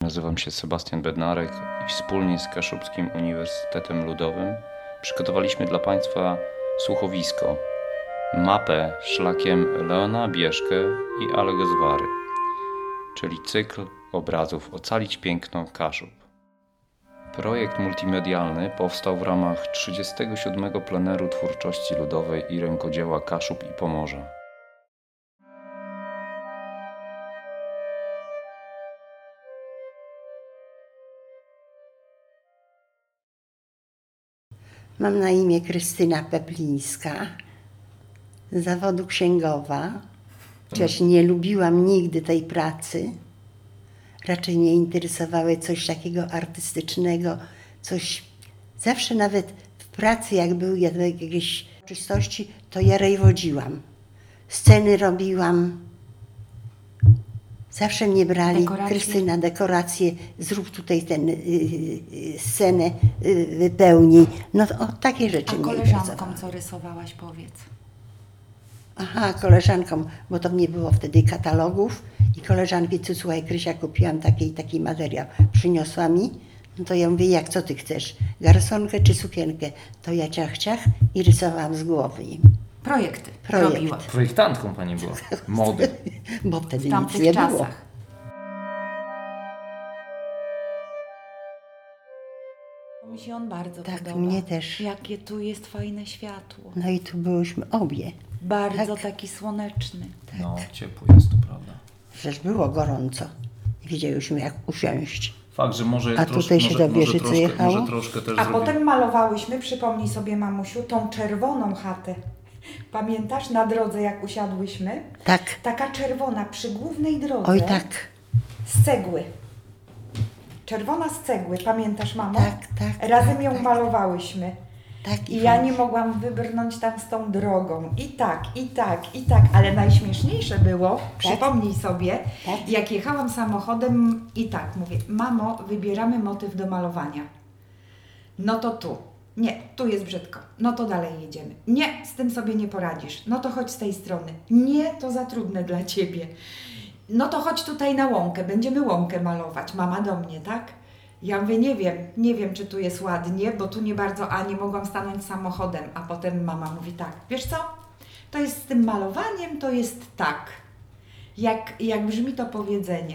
nazywam się Sebastian Bednarek i wspólnie z Kaszubskim Uniwersytetem Ludowym przygotowaliśmy dla Państwa słuchowisko, mapę szlakiem Leona Bieszkę i Algozwary, czyli cykl obrazów Ocalić piękno Kaszub. Projekt multimedialny powstał w ramach 37. pleneru twórczości ludowej i rękodzieła Kaszub i Pomorza. Mam na imię Krystyna Peplińska, z zawodu księgowa, chociaż nie lubiłam nigdy tej pracy. Raczej mnie interesowały coś takiego artystycznego, coś. Zawsze nawet w pracy, jak były jakieś uroczystości, to ja rejwodziłam. Sceny robiłam. Zawsze mnie brali, Krystyna, dekoracje, zrób tutaj scenę, wypełnij. No o takie rzeczy mnie koleżankom interesowały. co rysowałaś, powiedz? Aha, koleżankom, bo to nie było wtedy katalogów i koleżanki, co słuchaj, Krysia, kupiłam taki materiał, przyniosła mi, no to ja mówię, jak, co ty chcesz, garsonkę czy sukienkę? To ja ciach i rysowałam z głowy im. Projekty Projekt. robiła Projektantką Pani była, mody. Bo wtedy w nic tamtych nie było. czasach. Mi się on bardzo Tak, podoba. mnie też. Jakie tu jest fajne światło. No i tu byłyśmy obie. Bardzo Tak. taki słoneczny. No, ciepło jest, to prawda. Przecież było gorąco. Nie wiedziałyśmy, jak usiąść. Fakt, że może A tutaj się do Wieżycy jechało? Może troszkę też A zrobimy. potem malowałyśmy, przypomnij sobie, mamusiu, tą czerwoną chatę. Pamiętasz, na drodze jak usiadłyśmy? Tak, Taka czerwona, przy głównej drodze. oj tak, Z cegły. Czerwona z cegły, pamiętasz, mamo? tak. Razem ją tak, malowałyśmy. tak. I ja nie mogłam wybrnąć tam z tą drogą. I tak, ale najśmieszniejsze było, przypomnij sobie, Tak. jak jechałam samochodem i tak mówię, mamo, wybieramy motyw do malowania. No to tu. Nie, tu jest brzydko. No to dalej jedziemy. Nie, z tym sobie nie poradzisz. No to chodź z tej strony. Nie, to za trudne dla ciebie. No to chodź tutaj na łąkę, będziemy łąkę malować. Mama do mnie, tak? Ja mówię, nie wiem, czy tu jest ładnie, bo tu nie bardzo, nie mogłam stanąć samochodem. A potem mama mówi tak, wiesz co? To jest z tym malowaniem, to jest tak. Jak brzmi to powiedzenie.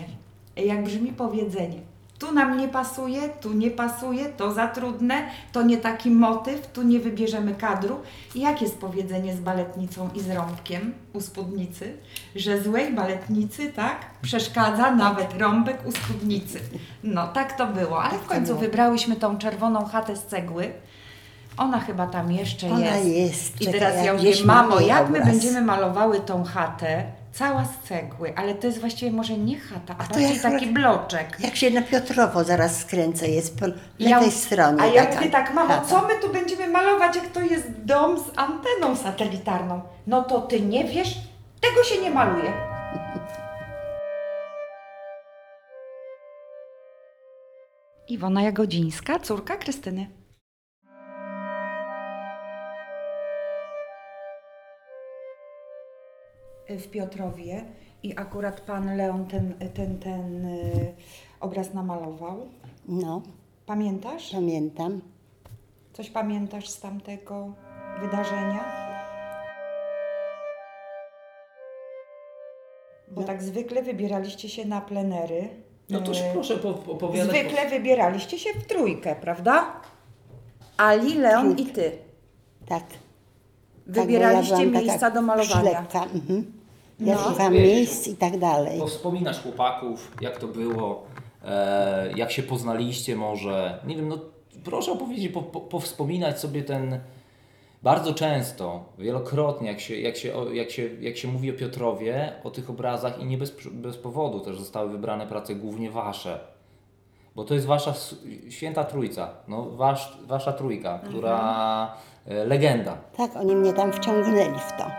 Tu nam nie pasuje, tu nie pasuje, to za trudne, to nie taki motyw, tu nie wybierzemy kadru. I jak jest powiedzenie z baletnicą i z rąbkiem u spódnicy? Że złej baletnicy, tak, przeszkadza nawet rąbek u spódnicy. No, tak to było, ale w końcu wybrałyśmy tą czerwoną chatę z cegły. Ona chyba tam jeszcze Ona jest. jest. I Czekaj, teraz ja mówię, gdzieś mam mamo, jej jak my obraz. będziemy malowały tą chatę, cała z cegły, ale to jest właściwie może nie chata, a to bardziej jak taki bloczek. Jak się na Piotrowo zaraz skręcę, jest po Ja- lewej stronie. A ja taka mówię tak, mamo, chata. co my tu będziemy malować, jak to jest dom z anteną satelitarną? No to ty nie wiesz, tego się nie maluje. Iwona Jagodzińska, córka Krystyny. W Piotrowie i akurat pan Leon ten obraz namalował. No, Pamiętasz? pamiętam. Coś pamiętasz z tamtego wydarzenia? Bo tak zwykle wybieraliście się na plenery. No to proszę opowiadać. Zwykle wybieraliście się w trójkę, prawda? Ali, Leon i ty. Tak. Wybieraliście tak, bo ja byłam miejsca taka do malowania. Ślepka. Mhm. Ja No. szukam miejsc i tak dalej. Powspominasz chłopaków, jak to było, jak się poznaliście może, nie wiem, no proszę opowiedzieć, powspominać sobie ten, bardzo często, wielokrotnie, jak się mówi o Piotrowie, o tych obrazach i nie bez powodu też zostały wybrane prace głównie wasze, bo to jest wasza święta trójca, no wasza trójka, która, legenda. Tak, oni mnie tam wciągnęli w to.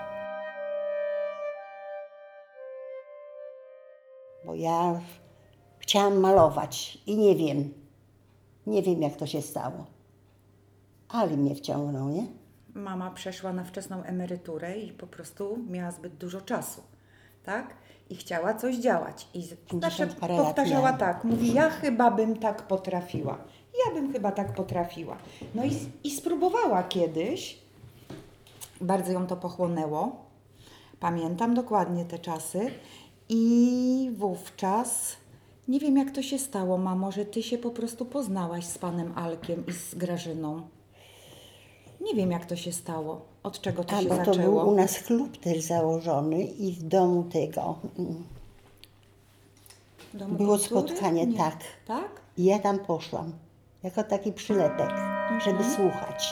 Bo ja chciałam malować i nie wiem jak to się stało. Ale mnie wciągnął, nie? Mama przeszła na wczesną emeryturę i po prostu miała zbyt dużo czasu, tak? i chciała coś działać. I zawsze parę lat powtarzała miała. tak, mówi, ja chyba bym tak potrafiła. Ja bym chyba tak potrafiła. No i spróbowała kiedyś. Bardzo ją to pochłonęło. Pamiętam dokładnie te czasy. I wówczas, nie wiem jak to się stało, mamo, że ty się po prostu poznałaś z panem Alkiem i z Grażyną. Nie wiem jak to się stało, od czego to się Bo to zaczęło. był u nas klub też założony i w domu tego W Domu było Kultury? spotkanie, Nie. tak. Tak? I ja tam poszłam, jako taki przylepek, żeby słuchać.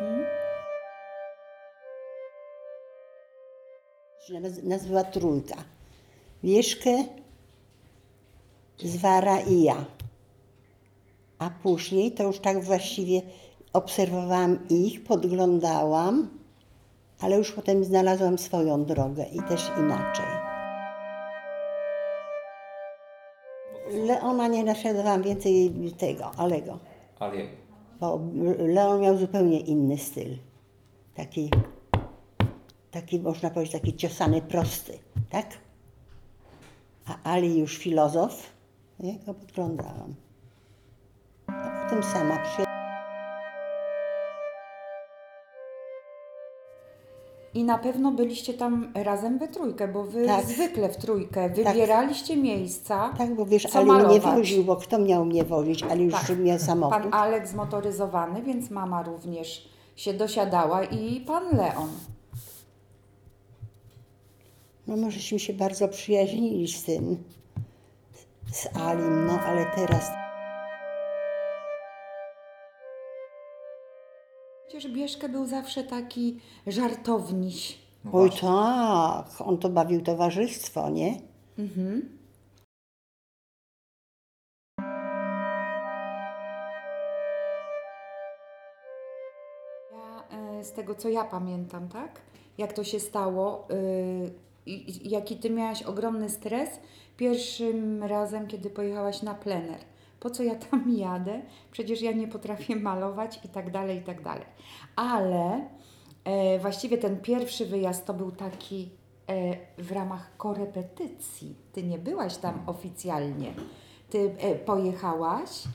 Nas była trójka. Wieszkę, Zwara i ja. A później to już tak właściwie obserwowałam ich, podglądałam, ale już potem znalazłam swoją drogę i też inaczej. Leona nie naśladowałam więcej tego, Alego, Ale bo Leon miał zupełnie inny styl. Taki można powiedzieć, taki ciosany, prosty, tak? A Ali już filozof, ja go podglądałam. A potem sama przyjechała. I na pewno byliście tam razem we trójkę, bo wy Tak. zwykle w trójkę wybieraliście miejsca, Tak, bo wiesz, co Ali mnie malować. woził, bo kto miał mnie wozić? Ali już Tak. miał samochód. Pan Alek zmotoryzowany, więc mama również się dosiadała i pan Leon. No możeśmy się bardzo przyjaźnili z tym, z Alim, no ale teraz Przecież Bieszkę był zawsze taki żartowniś. no oj właśnie. tak, on to bawił towarzystwo, nie? Ja, z tego co ja pamiętam, tak? Jak to się stało, jaki ty miałaś ogromny stres pierwszym razem, kiedy pojechałaś na plener. Po co ja tam jadę? Przecież ja nie potrafię malować i tak dalej, i tak dalej. Ale właściwie ten pierwszy wyjazd to był taki w ramach korepetycji. Ty nie byłaś tam oficjalnie. Ty pojechałaś,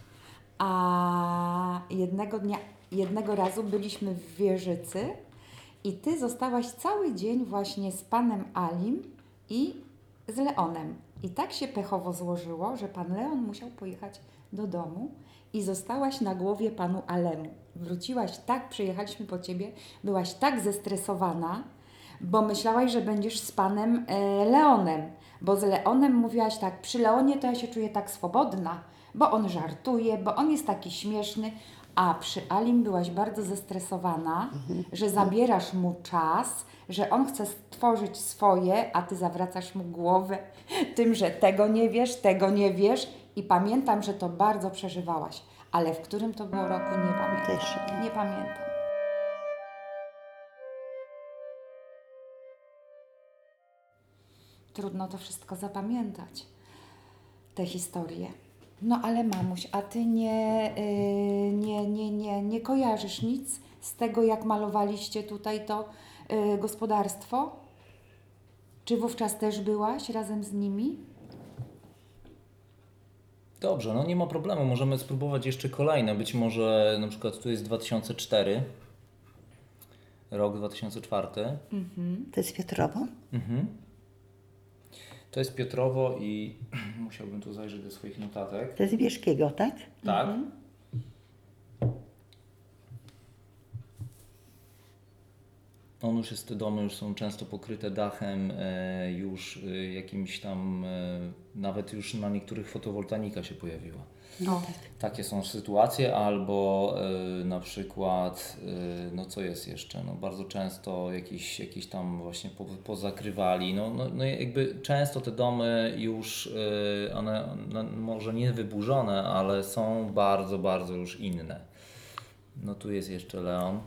a jednego razu byliśmy w Wieżycy i ty zostałaś cały dzień właśnie z panem Alim i z Leonem. I tak się pechowo złożyło, że pan Leon musiał pojechać do domu i zostałaś na głowie panu Alemu. Wróciłaś tak, przyjechaliśmy po ciebie, byłaś tak zestresowana, bo myślałaś, że będziesz z panem Leonem. Bo z Leonem mówiłaś tak, przy Leonie to ja się czuję tak swobodna, bo on żartuje, bo on jest taki śmieszny, a przy Alim byłaś bardzo zestresowana, że zabierasz mu czas, że on chce stworzyć swoje, a ty zawracasz mu głowę tym, że tego nie wiesz i pamiętam, że to bardzo przeżywałaś, ale w którym to było roku nie pamiętam. Też nie. Nie pamiętam. Trudno to wszystko zapamiętać, te historie. No ale mamuś, a ty nie kojarzysz nic z tego, jak malowaliście tutaj to gospodarstwo? Czy wówczas też byłaś razem z nimi? Dobrze, no nie ma problemu, możemy spróbować jeszcze kolejne. Być może na przykład tu jest 2004, rok 2004. To jest Piotrowo? To jest Piotrowo i musiałbym tu zajrzeć do swoich notatek. To jest Bieszkiego, tak? Tak. On już jest, te domy już są często pokryte dachem, już jakimś tam, nawet już na niektórych fotowoltaika się pojawiła. O, Takie są sytuacje, albo na przykład, no co jest jeszcze, no bardzo często jakieś tam właśnie pozakrywali, no jakby często te domy już, one no, może nie wyburzone, ale są bardzo, bardzo już inne. No tu jest jeszcze Leon.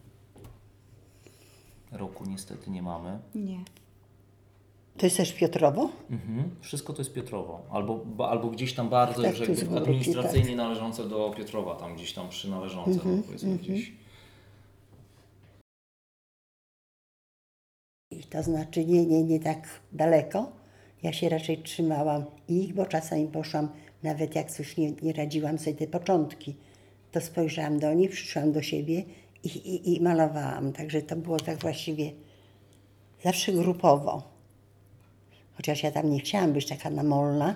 Roku niestety nie mamy. nie. To jest też Piotrowo? Wszystko to jest Piotrowo. Albo gdzieś tam bardzo Tak, już tu jakby z góry, administracyjnie tak. należące do Piotrowa, tam gdzieś tam przynależące, no, powiedzmy gdzieś. I to znaczy nie tak daleko, Ja się raczej trzymałam ich, bo czasami poszłam, nawet jak coś nie radziłam sobie te początki, to spojrzałam do nich, przyszłam do siebie i malowałam. Także to było tak właściwie zawsze grupowo. Chociaż ja tam nie chciałam być taka namolna.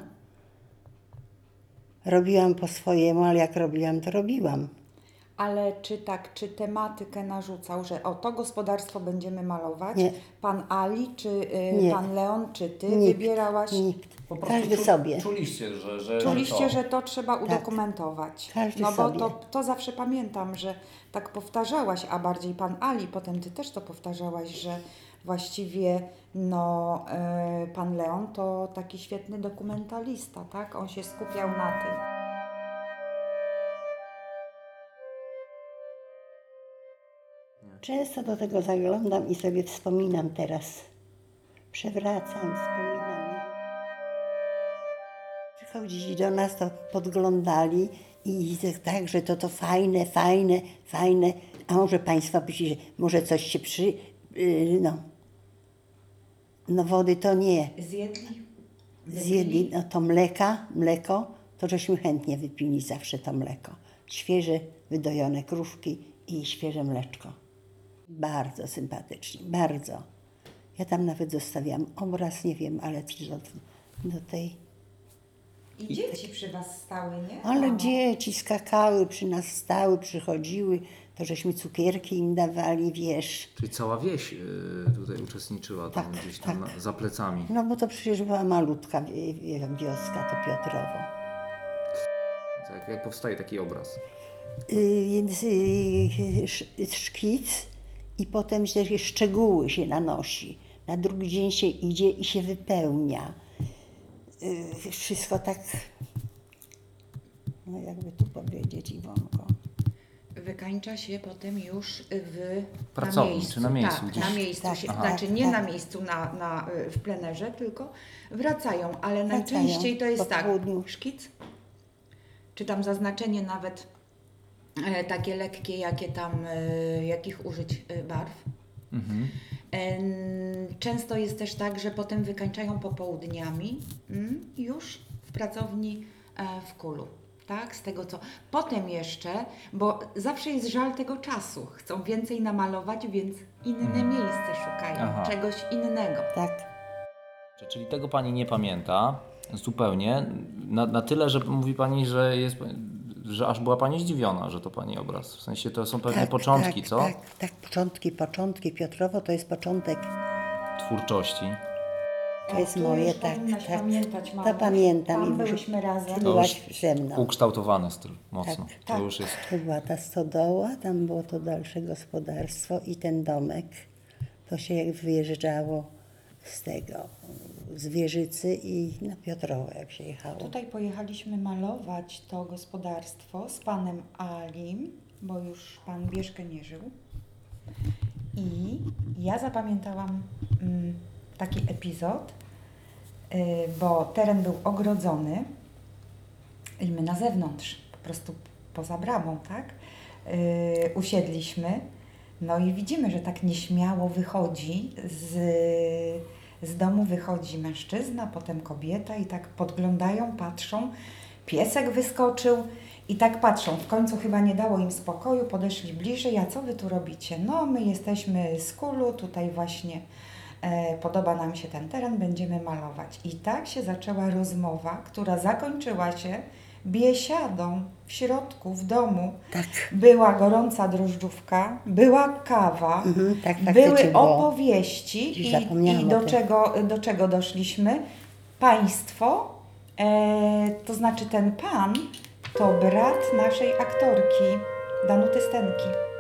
Robiłam po swojemu, ale jak robiłam, to robiłam. Ale czy tematykę narzucał, że o to gospodarstwo będziemy malować? Nie. Pan Ali, czy Nie. pan Leon, czy ty Nikt, wybierałaś? Nikt. Po prostu Każdy sobie. Czuliście, że Czuliście, to. że to trzeba udokumentować. Każdy No bo sobie. to zawsze pamiętam, że tak powtarzałaś, a bardziej pan Ali, potem ty też to powtarzałaś, że właściwie pan Leon to taki świetny dokumentalista, tak? On się skupiał na tym. Często do tego zaglądam i sobie wspominam teraz. Przewracam, wspominam. Przychodzili do nas, to podglądali i tak, że to fajne, fajne, fajne. A może Państwo myśli, że może coś się no wody to nie. Zjedli, no to mleko, to żeśmy chętnie wypili zawsze to mleko. Świeże, wydojone krówki i świeże mleczko. Bardzo sympatycznie, bardzo. Ja tam nawet zostawiam obraz, nie wiem, ale do tej... I dzieci przy was stały, nie? Ale Mamo? dzieci skakały, przy nas stały, przychodziły, to żeśmy cukierki im dawali, wiesz. Czyli cała wieś tutaj uczestniczyła tam Tak, gdzieś tam tak. za plecami. No bo to przecież była malutka wioska, to Piotrowo. Jak powstaje taki obraz? Więc szkic i potem też szczegóły się nanosi. Na drugi dzień się idzie i się wypełnia. Wszystko tak, no jakby tu powiedzieć, Iwonko. Wykańcza się potem już Pracowni, na miejscu. czy na miejscu Tak, gdzieś? na miejscu. Tak, Się, tak, znaczy nie tak. na miejscu w plenerze, tylko wracają, ale Wracają najczęściej to jest po tak, południu. szkic, czy tam zaznaczenie nawet takie lekkie, jakich użyć barw. Mhm. Często jest też tak, że potem wykańczają popołudniami już w pracowni w Kulu. Tak, z tego co. Potem jeszcze, bo zawsze jest żal tego czasu. Chcą więcej namalować, więc inne miejsce szukają, Aha. czegoś innego. Tak. Czyli tego Pani nie pamięta zupełnie, na tyle, że mówi Pani, że aż była Pani zdziwiona, że to Pani obraz. W sensie to są pewnie początki, tak, co? Tak, początki. Piotrowo to jest początek. Twórczości. To jest Tu moje, już tak, powinnaś tak. pamiętać, To mamo. pamiętam. Tam I byłyśmy razem. Ty byłaś ze mną. Ukształtowany styl mocno. Tak, To tak. już jest. To była ta stodoła, tam było to dalsze gospodarstwo i ten domek. To się jak wyjeżdżało z Wieżycy i na Piotrowo, jak się jechało. Tutaj pojechaliśmy malować to gospodarstwo z panem Alim, bo już pan Bieszkę nie żył. I ja zapamiętałam taki epizod, bo teren był ogrodzony i my na zewnątrz, po prostu poza bramą, tak? Usiedliśmy, no i widzimy, że tak nieśmiało wychodzi z domu wychodzi mężczyzna, potem kobieta i tak podglądają, patrzą. Piesek wyskoczył i tak patrzą. W końcu chyba nie dało im spokoju, podeszli bliżej. A co wy tu robicie? No, my jesteśmy z Kulu, tutaj właśnie podoba nam się ten teren, będziemy malować. I tak się zaczęła rozmowa, która zakończyła się biesiadą w środku, w domu. Tak. Była gorąca drożdżówka, była kawa, Tak, faktycznie były było. opowieści Dziś i zapomniałam o tym. do czego doszliśmy? Państwo, to znaczy ten pan, to brat naszej aktorki, Danuty Stenki.